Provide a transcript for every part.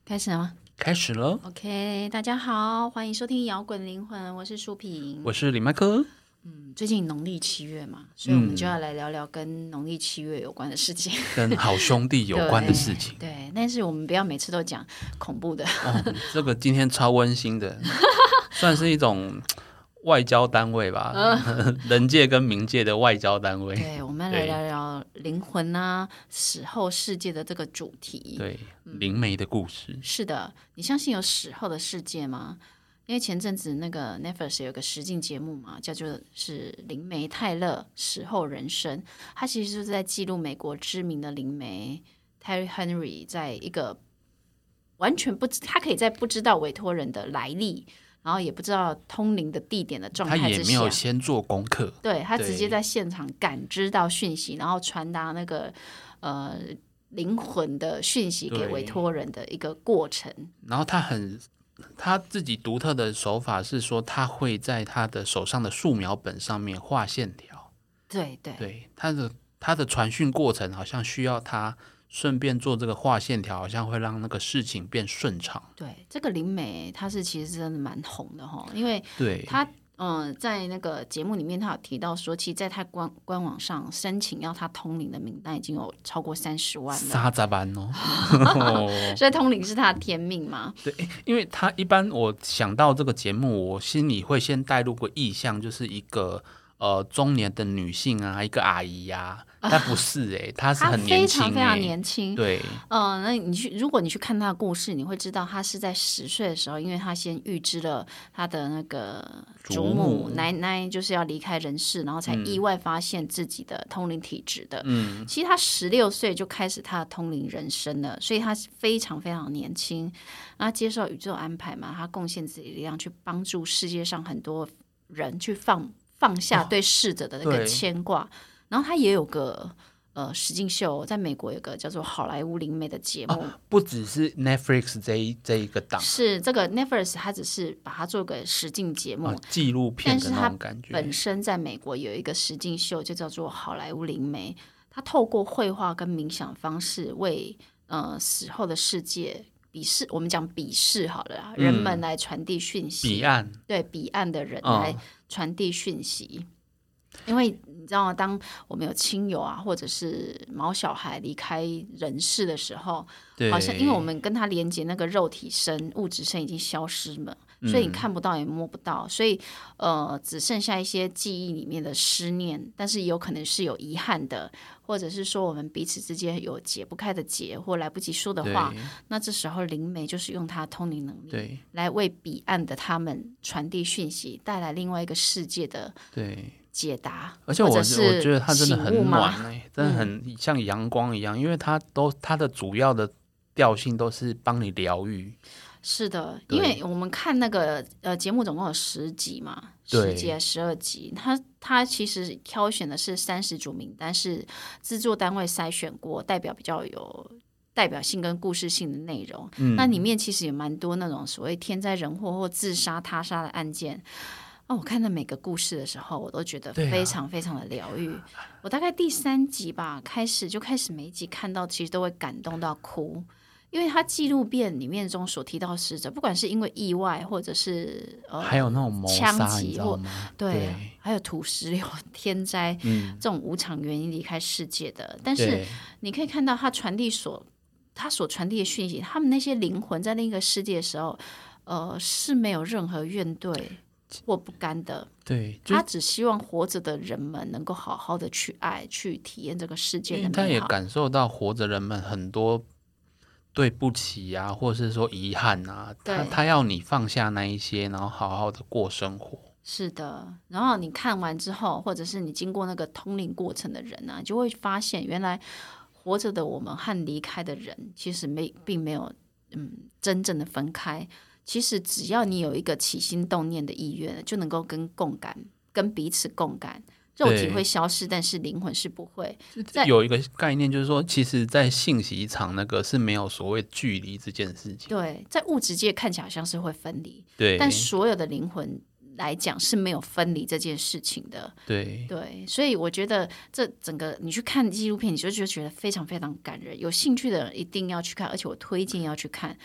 开始了吗？ 开始了。 OK， 大家好，欢迎收听摇滚灵魂，我是舒平， 我是李麦克。 最近农历7月嘛，所以我们就要来聊聊跟农历7月有关的事情， 跟好兄弟有关的事情。 对，但是我们不要每次都讲恐怖的。 这个今天超温馨的，算是一种外交单位吧，人界跟冥界的外交单位。 对，我们来聊聊灵魂啊、死后世界的这个主题。 对，灵媒的故事。 是的，你相信有死后的世界吗？因为前阵子那个 Netflix 有个实境节目嘛，叫做是灵媒泰勒死后人生，他其实就是在记录美国知名的灵媒 Terry Henry 在一个完全他可以在不知道委托人的来历，然后也不知道通灵的地点的状态之下， 他也没有先做功课， 对，他直接在现场感知到讯息，然后传达那个灵魂的讯息给委托人的一个过程。然后他自己独特的手法是说，他会在他的手上的素描本上面画线条。 对， 他的传讯过程好像需要他顺便做这个画线条，好像会让那个事情变顺畅。 对，这个灵媒他是其实真的蛮红的哈，因为他在那个节目里面他有提到说，其实在他官网上申请要他通灵的名单已经有超过30万了 30万哦所以通灵是他的天命嘛。 对，因为他一般我想到这个节目，我心里会先带入个意象，就是一个中年的女性啊，一个阿姨啊，但不是她是很年轻， 她非常非常年轻。 对， 那如果你去看她的故事，你会知道她是在10岁的时候，因为她先预知了她的那个祖母奶奶就是要离开人世，然后才意外发现自己的通灵体质的。其实她16岁就开始她的通灵人生了，所以她非常非常年轻。那接受宇宙安排嘛，她贡献自己的力量去帮助世界上很多人去放下对逝者的那个牵挂，然后他也有个实境秀，在美国有个叫做好莱坞灵媒的节目， 不只是 Netflix 这一个档， 是这个 Netflix 他只是把它做个实境节目， 纪录片的那种感觉。 但是他本身在美国有一个实境秀，就叫做好莱坞灵媒，他透过绘画跟冥想方式为死后的世界。我们讲彼世好了啦，人们来传递讯息， 彼岸， 对彼岸的人来传递讯息。因为你知道，当我们有亲友啊，或者是毛小孩离开人世的时候，好像因为我们跟他连接那个肉体身、物质身已经消失了，所以你看不到也摸不到，所以只剩下一些记忆里面的思念，但是有可能是有遗憾的，或者是说我们彼此之间有解不开的结或来不及说的话，那这时候灵媒就是用他的通灵能力来为彼岸的他们传递讯息，带来另外一个世界的解答。 而且我觉得他真的很暖真的很像阳光一样，因为他的主要的调性都是帮你疗愈。 是的，因为我们看那个节目总共有10集嘛，10集还12集，他其实挑选的是30组名单，是制作单位筛选过，代表比较有代表性跟故事性的内容。那里面其实也蛮多那种所谓天灾人祸或自杀他杀的案件。我看到每个故事的时候，我都觉得非常非常的疗愈。我大概第3集吧，开始每一集看到，其实都会感动到哭。因为他纪录片里面中所提到的死者，不管是因为意外，或者是还有那种谋杀， 枪击或对，还有土石流、天灾、这种无常原因离开世界的，但是你可以看到他所传递的讯息，他们那些灵魂在另一个世界的时候，是没有任何怨怼或不甘的。 对， 他只希望活着的人们能够好好的去爱，去体验这个世界的美好。 他也感受到活着人们很多对不起啊，或是说遗憾啊，他要你放下那一些，然后好好的过生活。 是的，然后你看完之后，或者是你经过那个通灵过程的人啊，就会发现原来活着的我们和离开的人其实并没有真正的分开。其实只要你有一个起心动念的意愿，就能够跟彼此共感。肉体会消失，但是灵魂是不会。 有一个概念就是说，其实在信息场那个是没有所谓距离这件事情。 对，在物质界看起来好像是会分离， 对， 但所有的灵魂来讲是没有分离这件事情的。 对， 所以我觉得这整个你去看纪录片，你就觉得非常非常感人。有兴趣的人一定要去看，而且我推荐要去看。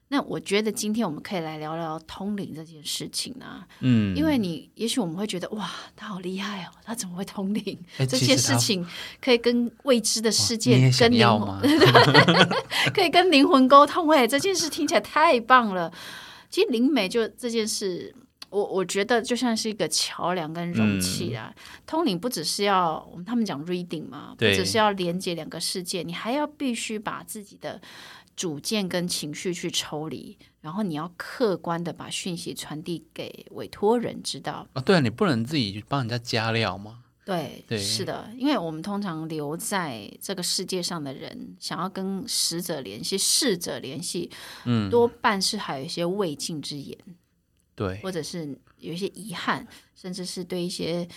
那我觉得今天我们可以来聊聊通灵这件事情啊，因为也许我们会觉得哇，他好厉害哦，他怎么会通灵？这些事情可以跟未知的世界跟灵魂，可以跟灵魂沟通，这件事听起来太棒了。其实灵媒就这件事，我觉得就像是一个桥梁跟容器啊。通灵不只是要他们讲 reading 嘛，不只是要连接两个世界，你还要必须把自己的主见跟情绪去抽离，然后你要客观的把讯息传递给委托人知道。 对啊，你不能自己帮人家加料吗？ 对，是的，因为我们通常留在这个世界上的人，想要跟使者联系、逝者联系，多半是还有一些未尽之言， 对， 或者是有一些遗憾，甚至是对一些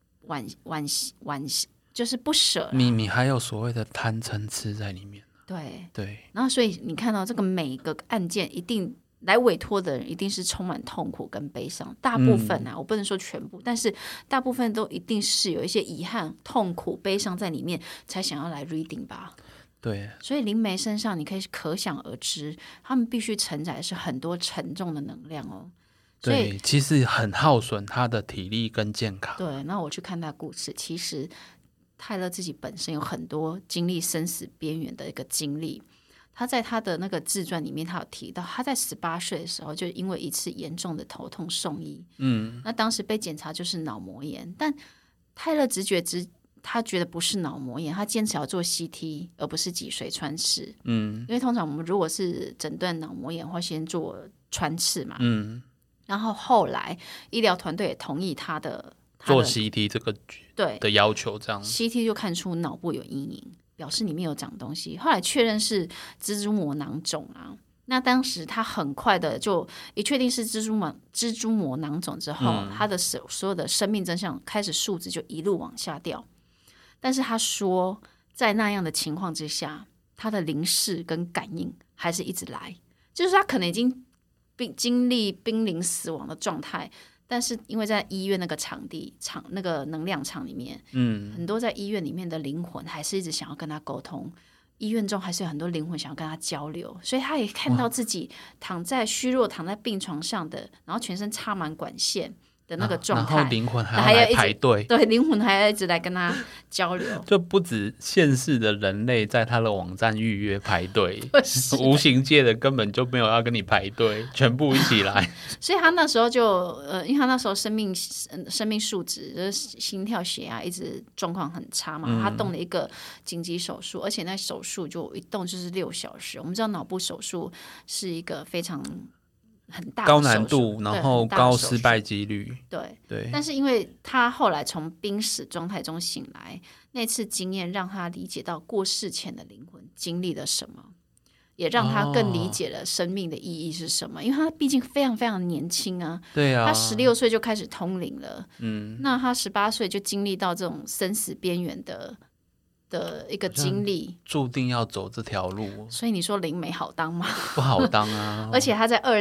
就是不舍。 你还有所谓的贪嗔痴在里面。对， 然后所以你看到这个每个案件一定来委托的人一定是充满痛苦跟悲伤，大部分我不能说全部，但是大部分都一定是有一些遗憾、痛苦、悲伤在里面，才想要来 reading 吧。 对， 所以灵媒身上你可以可想而知，他们必须承载的是很多沉重的能量哦。 对，其实很耗损他的体力跟健康。 对，那我去看他故事，其实泰勒自己本身有很多经历生死边缘的一个经历。他在他的那个自传里面，他有提到，他在18岁的时候就因为一次严重的头痛送医，那当时被检查就是脑膜炎，但泰勒他觉得不是脑膜炎，他坚持要做 CT 而不是脊髓穿刺，因为通常我们如果是诊断脑膜炎会先做穿刺嘛，然后后来医疗团队也同意他的做 CT 这个对的要求，这样 CT 就看出脑部有阴影，表示里面有长东西，后来确认是蜘蛛膜囊肿啊。那当时他很快的就一确定是蜘蛛膜囊肿之后，他的所有的生命真相开始数值就一路往下掉。但是他说，在那样的情况之下，他的灵视跟感应还是一直来，就是他可能已经经历濒临死亡的状态。但是因为在医院那个那个能量场里面，很多在医院里面的灵魂还是一直想要跟他沟通，医院中还是有很多灵魂想要跟他交流，所以他也看到自己虚弱躺在病床上的，然后全身插满管线的那个状态， 然后灵魂还要来排队， 对，灵魂还要一直来跟他交流， 就不止现世的人类在他的网站预约排队，无形界的根本就没有要跟你排队，全部一起来。 所以他那时候就因为他那时候生命数值就是心跳血压一直状况很差嘛，他动了一个紧急手术，而且那手术就一动就是6小时。我们知道脑部手术是一个非常很大的高难度，然后高失败几率。 对。但是因为他后来从濒死状态中醒来，那次经验让他理解到过世前的灵魂经历了什么，也让他更理解了生命的意义是什么。因为他毕竟非常非常年轻啊， 对啊， 他16岁就开始通灵了，那他18岁就经历到这种生死边缘的一个经历， 注定要走这条路， 所以你说灵媒好当吗？ 不好当啊！ 而且他在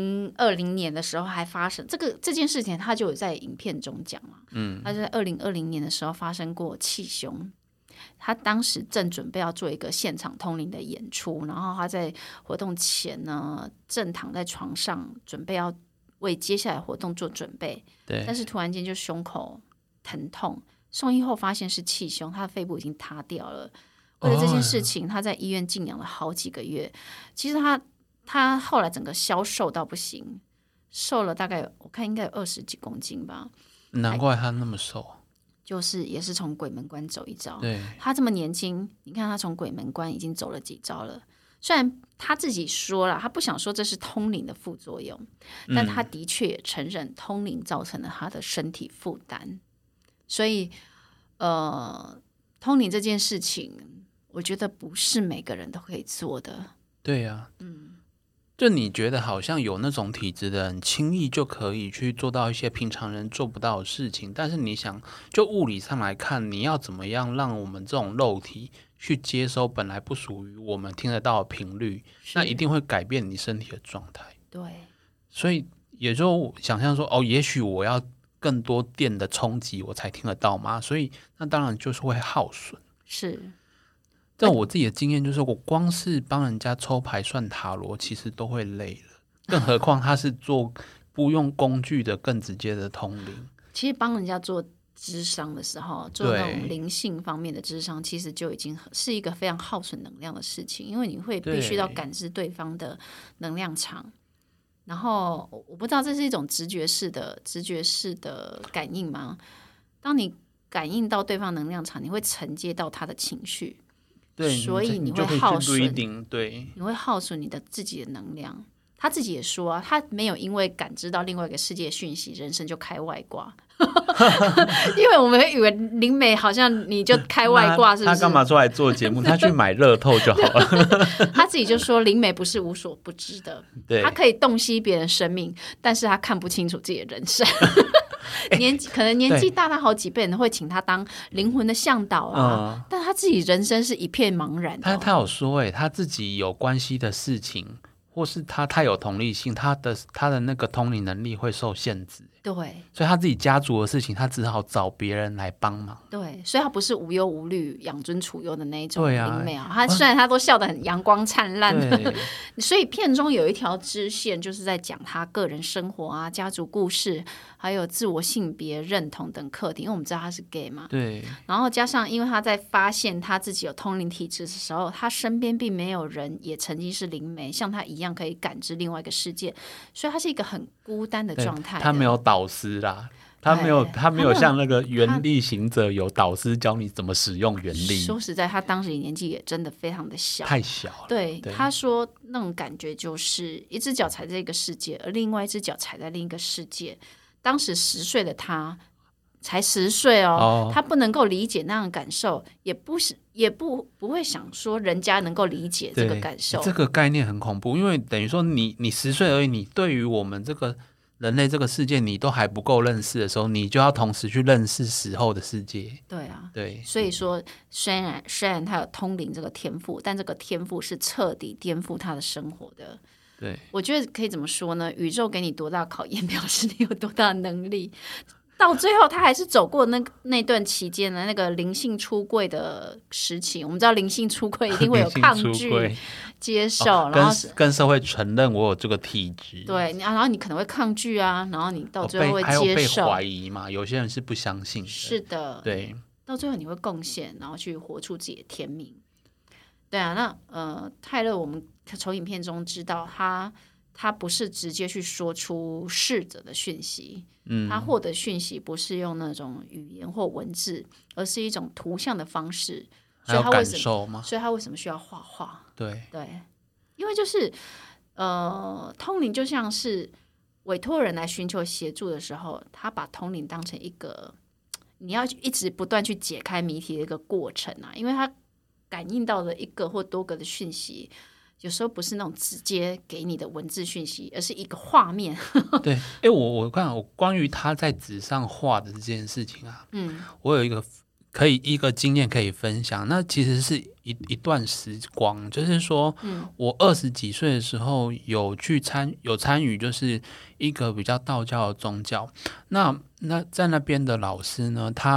2020年的时候还发生这件事情，他就有在影片中讲嘛，他就在2020年的时候发生过气胸，他当时正准备要做一个现场通灵的演出，然后他在活动前呢，正躺在床上准备要为接下来活动做准备， 对， 但是突然間就胸口疼痛。送医后发现是气胸，他的肺部已经塌掉了。为了这件事情，他在医院静养了好几个月。其实他后来整个消瘦到不行，瘦了大概我看应该有20几公斤吧。 难怪他那么瘦， 就是也是从鬼门关走一遭。 对， 他这么年轻，你看他从鬼门关已经走了几遭了。虽然他自己说了，他不想说这是通灵的副作用，但他的确也承认通灵造成了他的身体负担。所以通灵这件事情我觉得不是每个人都可以做的。 对啊，就你觉得好像有那种体质的人轻易就可以去做到一些平常人做不到的事情，但是你想就物理上来看，你要怎么样让我们这种肉体去接收本来不属于我们听得到的频率，那一定会改变你身体的状态。 对， 所以也就想象说也许我要更多电的冲击我才听得到嘛，所以那当然就是会耗损。 是， 在我自己的经验就是，我光是帮人家抽牌算塔罗，其实都会累了，更何况他是做不用工具的更直接的通灵。 其实帮人家做諮商的时候，做那种灵性方面的諮商，其实就已经是一个非常耗损能量的事情，因为你会必须要感知对方的能量场。然后我不知道这是一种直觉式的感应吗？当你感应到对方能量场，你会承接到他的情绪， 对， 所以你会耗损， 对， 你会耗损你的自己的能量。他自己也说啊，他没有因为感知到另外一个世界讯息，人生就开外挂。因为我们会以为灵媒好像你就开外挂，是不是？ 他干嘛出来做节目？他去买乐透就好了。 他自己就说，灵媒不是无所不知的，他可以洞悉别人生命，但是他看不清楚自己的人生。可能年纪大他好几倍，人会请他当灵魂的向导啊，但他自己人生是一片茫然的。 他有说，他自己有关系的事情，或是他太有同理心，他的那个通灵能力会受限制。 对， 所以他自己家族的事情，他只好找别人来帮忙。 对，所以他不是无忧无虑、养尊处优的那一种灵媒啊。他虽然他都笑得很阳光灿烂，所以片中有一条支线，就是在讲他个人生活啊、家族故事，还有自我性别认同等课题。因为我们知道他是 gay 嘛， 对。 然后加上，因为他在发现他自己有通灵体质的时候，他身边并没有人也曾经是灵媒，像他一样可以感知另外一个世界，所以他是一个很孤单的状态。 他没有导师啦，他没有像那个原力行者有导师教你怎么使用原力。 说实在，他当时年纪也真的非常的小， 太小了。 对，他说那种感觉就是一只脚踩在一个世界，而另外一只脚踩在另一个世界。当时10岁的他，才10岁哦，他不能够理解那样的感受，也不会想说人家能够理解这个感受。 这个概念很恐怖，因为等于说你10岁而已，你对于我们这个人类这个世界你都还不够认识的时候，你就要同时去认识死后的世界。 对啊， 对， 所以说虽然他有通灵这个天赋，但这个天赋是彻底颠覆他的生活的。 对， 我觉得可以怎么说呢？宇宙给你多大考验，表示你有多大的能力。到最后他还是走过那段期间的那个灵性出柜的时期。我们知道灵性出柜一定会有抗拒接受，然后跟社会承认我有这个体质。 对，然后你可能会抗拒啊，然后你到最后会接受， 还有被怀疑嘛，有些人是不相信的。 是的， 对， 到最后你会贡献，然后去活出自己的天命。对啊，那泰勒我们从影片中知道他不是直接去说出逝者的讯息，他获得讯息不是用那种语言或文字，而是一种图像的方式。 还有感受吗？ 所以他为什么需要画画？ 对， 因为就是通灵就像是委托人来寻求协助的时候，他把通灵当成一个你要一直不断去解开谜题的一个过程啊，因为他感应到了一个或多个的讯息。有时候不是那种直接给你的文字讯息，而是一个画面。 对，我关于他在纸上画的这件事情啊，我有一个经验可以分享。那其实是一段时光，就是说，我20几岁的时候有参与，就是一个比较道教的宗教。那在那边的老师呢，他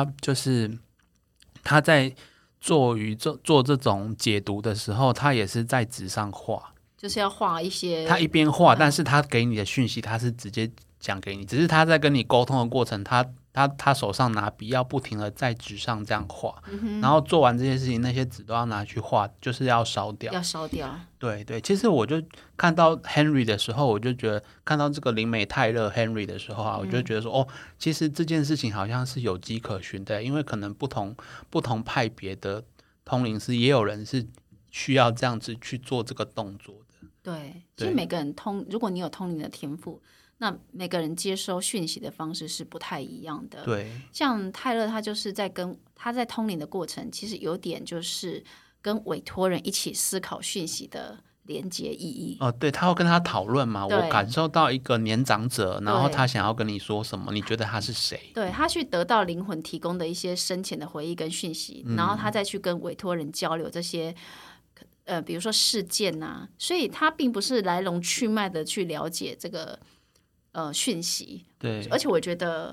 在做这种解读的时候，他也是在纸上画， 就是要画一些。 他一边画，但是他给你的讯息，他是直接讲给你，只是他在跟你沟通的过程，他手上拿笔要不停的在纸上这样画，然后做完这些事情，那些纸都要拿去画，就是要烧掉。对，其实我就看到 Henry 的时候，我就觉得看到这个灵媒泰勒 Henry 的时候啊，我就觉得说，其实这件事情好像是有迹可循的，因为可能不同派别的通灵师也有人是需要这样子去做这个动作的。 对，其实每个人如果你有通灵的天赋，那每个人接收讯息的方式是不太一样的。 对， 像泰勒他就是他在通灵的过程，其实有点就是跟委托人一起思考讯息的连接意义。 对，他会跟他讨论嘛，我感受到一个年长者，然后他想要跟你说什么，你觉得他是谁？ 对，他去得到灵魂提供的一些生前的回忆跟讯息，然后他再去跟委托人交流这些比如说事件啊，所以他并不是来龙去脉的去了解这个讯息。 对， 而且我觉得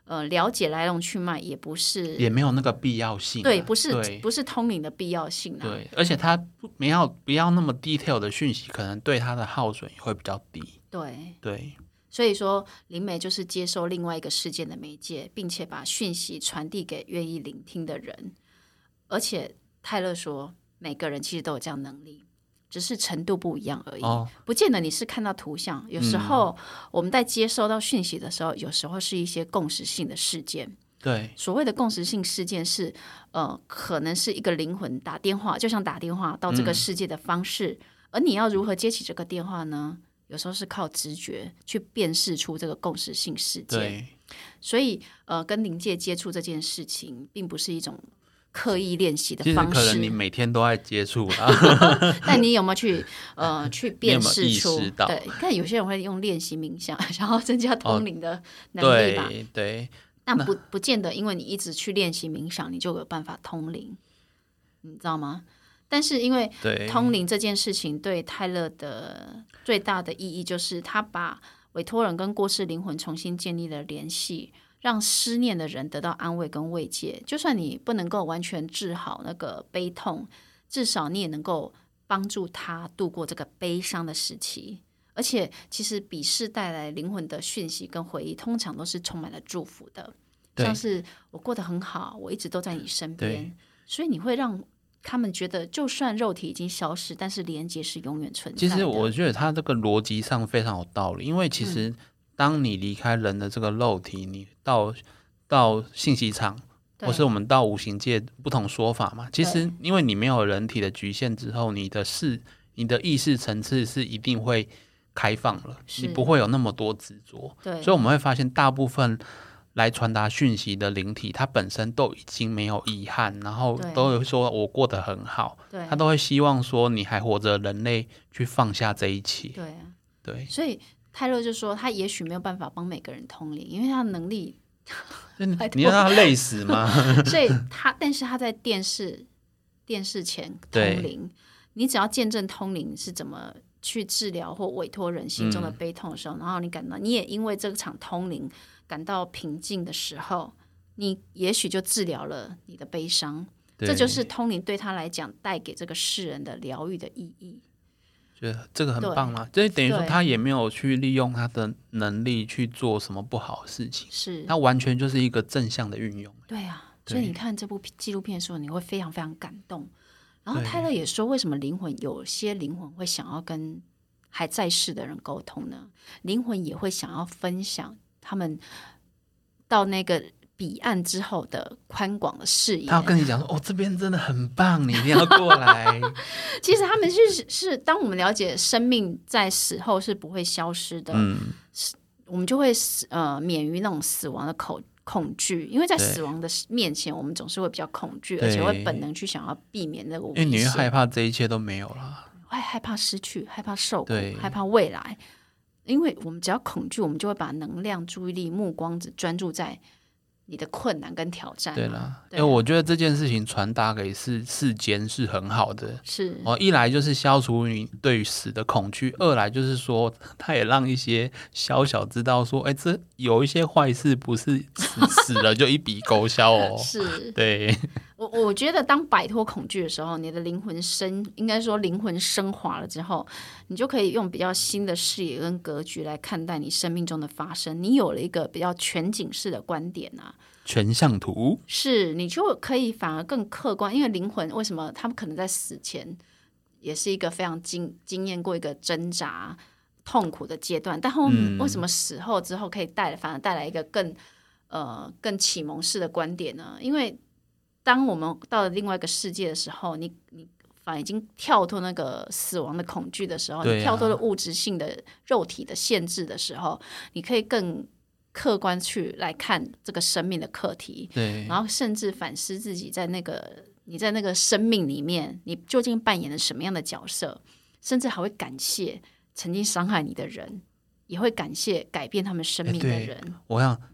了解来龙去脉，也不是， 也没有那个必要性、啊。 对，不是通灵的必要性、啊。 对，而且他不要那么 detail 的讯息，可能对他的耗损也会比较低。对， 所以说灵媒就是接受另外一个事件的媒介，并且把讯息传递给愿意聆听的人。而且泰勒说，每个人其实都有这样能力，只是程度不一样而已。不见得你是看到图像，有时候我们在接收到讯息的时候，有时候是一些共识性的事件。 对， 所谓的共识性事件是可能是一个灵魂打电话，就像打电话到这个世界的方式，而你要如何接起这个电话呢？有时候是靠直觉去辨识出这个共识性事件。 对， 所以跟灵界接触这件事情并不是一种刻意练习的方式， 其实可能你每天都在接触啦但你有没有去辨识出？ 有没有意识到？ 对，看有些人会用练习冥想，然后增加通灵的能力吧。 对， 但不见得，因为你一直去练习冥想，你就有办法通灵，你知道吗？但是因为通灵这件事情对泰勒的最大的意义，就是他把委托人跟过世灵魂重新建立了联系，让思念的人得到安慰跟慰藉。就算你不能够完全治好那个悲痛，至少你也能够帮助他度过这个悲伤的时期。而且其实彼世带来灵魂的讯息跟回忆，通常都是充满了祝福的，像是我过得很好，我一直都在你身边，所以你会让他们觉得就算肉体已经消失，但是连结是永远存在的。 其实我觉得他这个逻辑上非常有道理，因为其实当你离开人的这个肉体，你到信息场或是我们到无形界，不同说法嘛。其实因为你没有人体的局限之后，你的意识层次是一定会开放了，你不会有那么多执着。所以我们会发现大部分来传达讯息的灵体，它本身都已经没有遗憾，然后都有说我过得很好，他都会希望说你还活着，人类去放下这一切。对， 所以泰勒就说他也许没有办法帮每个人通灵，因为他的能力你要让他累死吗？ 所以但是他在电视前通灵，你只要见证通灵是怎么去治疗或委托人心中的悲痛的时候，然后你也因为这场通灵感到平静的时候，你也许就治疗了你的悲伤。这就是通灵对他来讲带给这个世人的疗愈的意义。 觉得这个很棒啊，这等于说他也没有去利用他的能力去做什么不好的事情，他完全就是一个正向的运用。 对啊，所以你看这部纪录片的时候，你会非常非常感动。然后泰勒也说，为什么有些灵魂会想要跟还在世的人沟通呢？灵魂也会想要分享他们到那个彼岸之后的宽广的视野。 他要跟你讲说，这边真的很棒，你一定要过来。 其实他们是当我们了解生命在死后是不会消失的，我们就会免于那种死亡的恐惧，因为在死亡的面前，我们总是会比较恐惧，而且会本能去想要避免那个危险， 因为你会害怕这一切都没有了。 会害怕失去，害怕受苦，害怕未来。因为我们只要恐惧，我们就会把能量、注意力、目光只专注在你的困难跟挑战。 对啦，因为我觉得这件事情传达给世间是很好的。 是一来就是消除你对于死的恐惧，二来就是说，他也让一些小知道说，这有一些坏事不是死了就一笔勾销哦。 是， 对。 我觉得当摆脱恐惧的时候，你的灵魂应该说灵魂升华了之后，你就可以用比较新的视野跟格局来看待你生命中的发生。你有了一个比较全景式的观点啊， 全像图，是你就可以反而更客观。因为灵魂为什么他们可能在死前也是一个非常经验过一个挣扎痛苦的阶段，但后面为什么死后之后可以反而带来一个更启蒙式的观点呢？因为当我们到了另外一个世界的时候，你反而已经跳脱那个死亡的恐惧的时候，你跳脱了物质性的肉体的限制的时候，你可以更客观去来看这个生命的课题，然后甚至反思自己你在那个生命里面，你究竟扮演了什么样的角色，甚至还会感谢曾经伤害你的人，也会感谢改变他们生命的人。 我想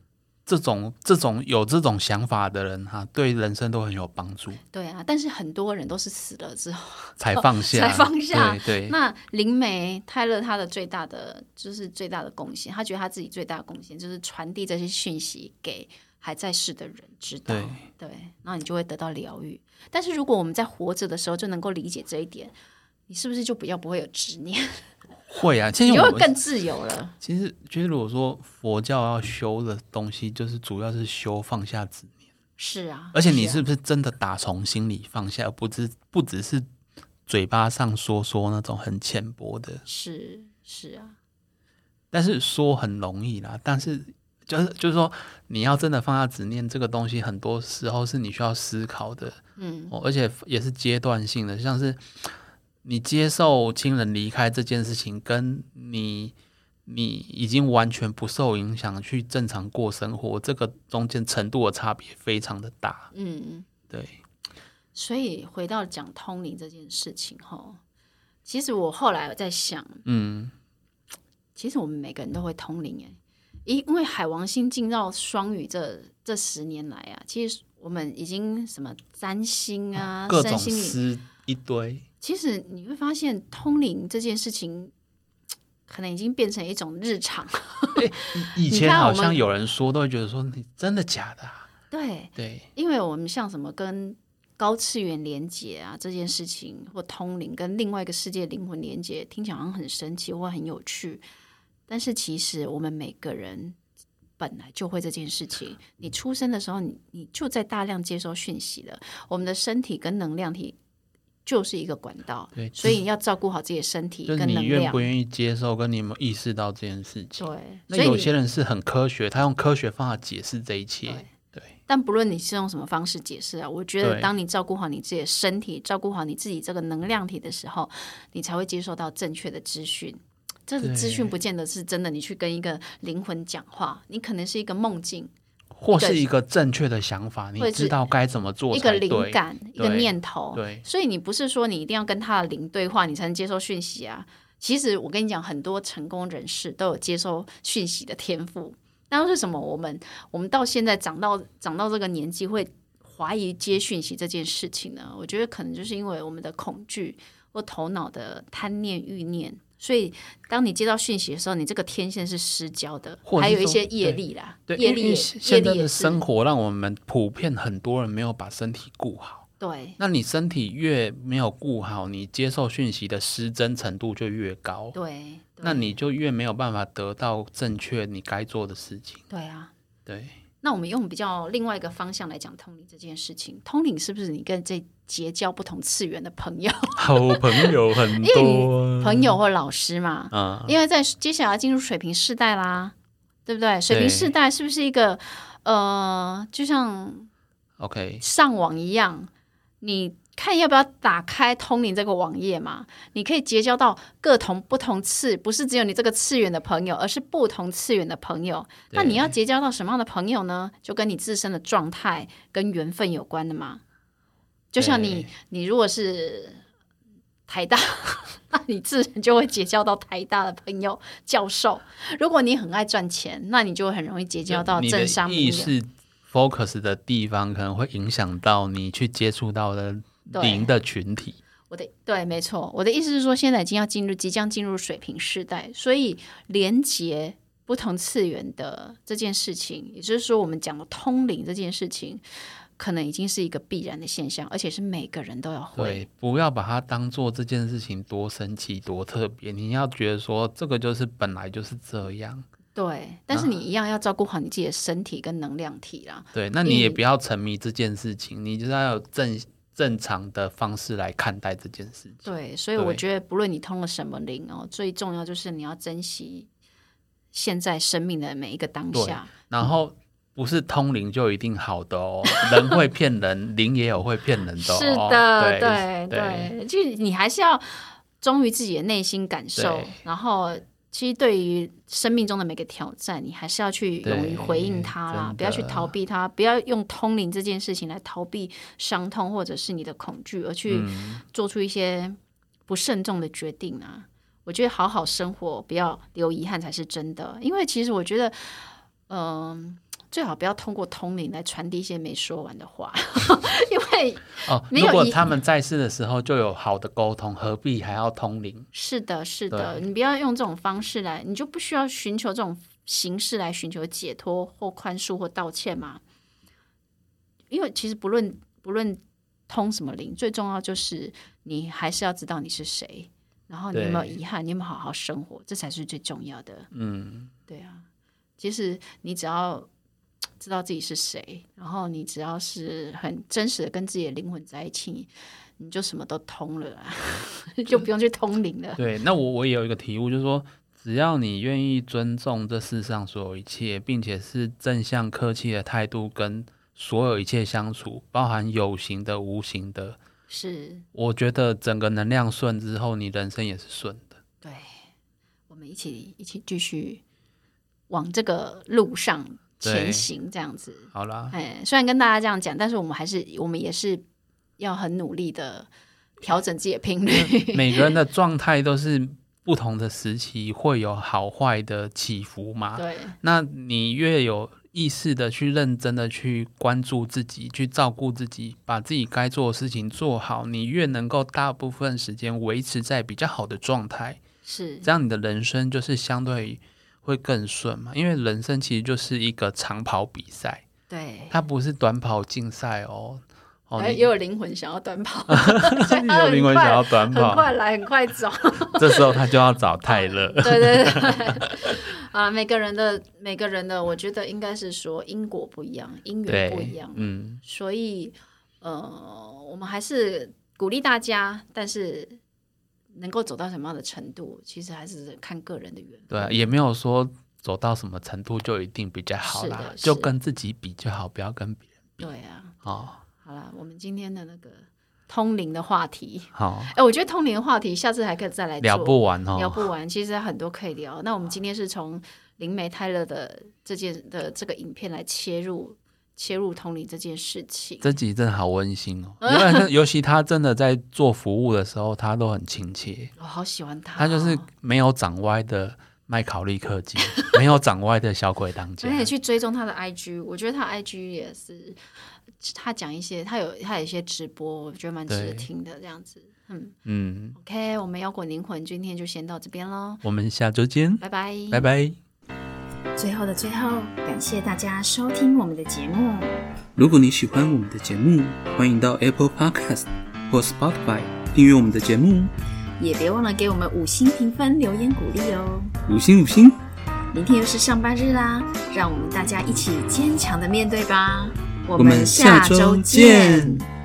这种有这种想法的人哈，对人生都很有帮助。 对啊，但是很多人都是死了之后才放下， 才放下。 对， 那灵媒泰勒他的最大的贡献，他觉得他自己最大的贡献就是传递这些讯息给还在世的人知道。对，然后你就会得到疗愈。但是如果我们在活着的时候就能够理解这一点，你是不是就比较不会有执念？ 会啊，其实你就会更自由了。 其实如果说佛教要修的东西，就是主要是修放下执念。 是啊， 而且你是不是真的打从心里放下，而不只是嘴巴上说那种很浅薄的？ 是啊。 但是说很容易啦，但是就是说，你要真的放下执念，这个东西很多时候是你需要思考的。而且也是阶段性的，像是你接受亲人离开这件事情，跟你已经完全不受影响去正常过生活，这个中间程度的差别非常的大。对。 所以回到讲通灵这件事情后，其实我后来在想，其实我们每个人都会通灵耶。因为海王星进到双鱼这10年来啊，其实我们已经什么占星啊， 各种诗一堆。 其实你会发现，通灵这件事情可能已经变成一种日常。 以前好像有人说，都会觉得说你真的假的啊？ 对，因为我们像什么跟高次元连结啊这件事情，或通灵跟另外一个世界灵魂连结，听起来好像很神奇或很有趣。但是其实我们每个人本来就会这件事情。你出生的时候，你就在大量接收讯息了。我们的身体跟能量体就是一个管道，所以你要照顾好自己的身体跟能量。 就是你愿不愿意接受，跟你有没有意识到这件事情。 对， 那有些人是很科学，他用科学方法解释这一切。对， 但不论你是用什么方式解释啊，我觉得当你照顾好你自己的身体，照顾好你自己这个能量体的时候，你才会接受到正确的资讯。这个资讯不见得是真的，你去跟一个灵魂讲话，你可能是一个梦境， 或是一个正确的想法，你知道该怎么做才对， 一个灵感，一个念头。 对， 所以你不是说你一定要跟他的灵对话，你才能接受讯息啊。其实我跟你讲，很多成功人士都有接受讯息的天赋。那为什么我们到现在长到这个年纪会怀疑接讯息这件事情呢？我觉得可能就是因为我们的恐惧或头脑的贪念欲念。所以当你接到讯息的时候，你这个天线是失焦的，还有一些业力啦。业力现在的生活让我们普遍很多人没有把身体顾好。 对， 那你身体越没有顾好，你接受讯息的失真程度就越高。 对， 那你就越没有办法得到正确你该做的事情。 对啊， 对。 那我们用比较另外一个方向来讲通灵这件事情。通灵是不是你跟这结交不同次元的朋友？ 好朋友很多， 朋友或老师嘛。因为在接下来要进入水瓶世代啦，对不对？水瓶世代是不是一个就像上网一样，你看要不要打开通灵这个网页嘛？你可以结交到不同次，不是只有你这个次元的朋友，而是不同次元的朋友。那你要结交到什么样的朋友呢？就跟你自身的状态跟缘分有关的嘛。就像你如果是台大，那你自然就会结交到台大的朋友、教授。如果你很爱赚钱，那你就会很容易结交到政商名流。 你的意识 focus 的地方可能会影响到你去接触到的灵的群体。 对，没错。我的意思是说，现在即将进入水瓶世代，所以连结不同次元的这件事情，也就是说，我们讲的通灵这件事情，可能已经是一个必然的现象，而且是每个人都要会。 对，不要把它当做这件事情多神奇、多特别，你要觉得说这个就是本来就是这样。 对，但是你一样要照顾好你自己的身体跟能量体啦。 对，那你也不要沉迷这件事情，你就是要有正常的方式来看待这件事情。 对，所以我觉得不论你通了什么灵最重要就是你要珍惜现在生命的每一个当下。 然后不是通灵就一定好的哦，人会骗人，灵也有会骗人的哦。 是的，对，就你还是要忠于自己的内心感受，然后其实对于生命中的每个挑战，你还是要去勇于回应它啦，不要去逃避它，不要用通灵这件事情来逃避伤痛或者是你的恐惧，而去做出一些不慎重的决定啊。我觉得好好生活，不要留遗憾才是真的。因为其实我觉得， 最好不要通过通灵来传递一些没说完的话，因为如果他们在世的时候就有好的沟通，何必还要通灵？ 是的，是的，你不要用这种方式来，你就不需要寻求这种形式来寻求解脱或宽恕或道歉嘛。因为其实不论通什么灵，最重要就是你还是要知道你是谁，然后你有没有遗憾，你有没有好好生活，这才是最重要的。对啊，其实你只要知道自己是谁，然后你只要是很真实的跟自己的灵魂在一起，你就什么都通了啊就不用去通灵了。 对，那我也有一个题目，就是说只要你愿意尊重这世上所有一切，并且是正向客气的态度跟所有一切相处，包含有形的无形的， 是我觉得整个能量顺之后，你人生也是顺的。对， 我们一起继续往这个路上前行，这样子。 好啦， 虽然跟大家这样讲，但是我们也是要很努力的调整自己的频率。 每个人的状态都是不同的时期会有好坏的起伏嘛。 对， 那你越有意识的去认真的去关注自己，去照顾自己，把自己该做的事情做好，你越能够大部分时间维持在比较好的状态。 是，这样你的人生就是相对会更顺嘛，因为人生其实就是一个长跑比赛， 对， 它不是短跑竞赛也有灵魂想要短跑有灵魂想要短跑， 很快来很快走这时候他就要找泰勒对每个人的我觉得应该是说因果不一样，因缘不一样，所以我们还是鼓励大家，但是能够走到什么样的程度，其实还是看个人的缘分。 对，也没有说走到什么程度就一定比较好啦，就跟自己比就好，不要跟别人比。 对啊，好啦，我们今天的那个通灵的话题， 好， 我觉得通灵的话题下次还可以再来做， 聊不完聊不完，其实很多可以聊。那我们今天是从灵媒泰勒的这个影片来切入通灵这件事情。 这集真的好温馨尤其他真的在做服务的时候，他都很亲切， 我好喜欢他， 他就是没有长歪的麦考利科技没有长歪的小鬼当家。 而且去追踪他的 IG， 我觉得他 IG 也是，他讲一些他有一些直播，我觉得蛮值得听的这样子。OK， 我们摇滚灵魂今天就先到这边咯， 我们下周见， 拜拜， 拜拜。 最后的最后，感谢大家收听我们的节目。 如果你喜欢我们的节目，欢迎到 Apple Podcast 或 Spotify 订阅我们的节目， 也别忘了给我们5星评分留言鼓励哦。 5星。 明天又是上班日啦，让我们大家一起坚强的面对吧。我们下周见。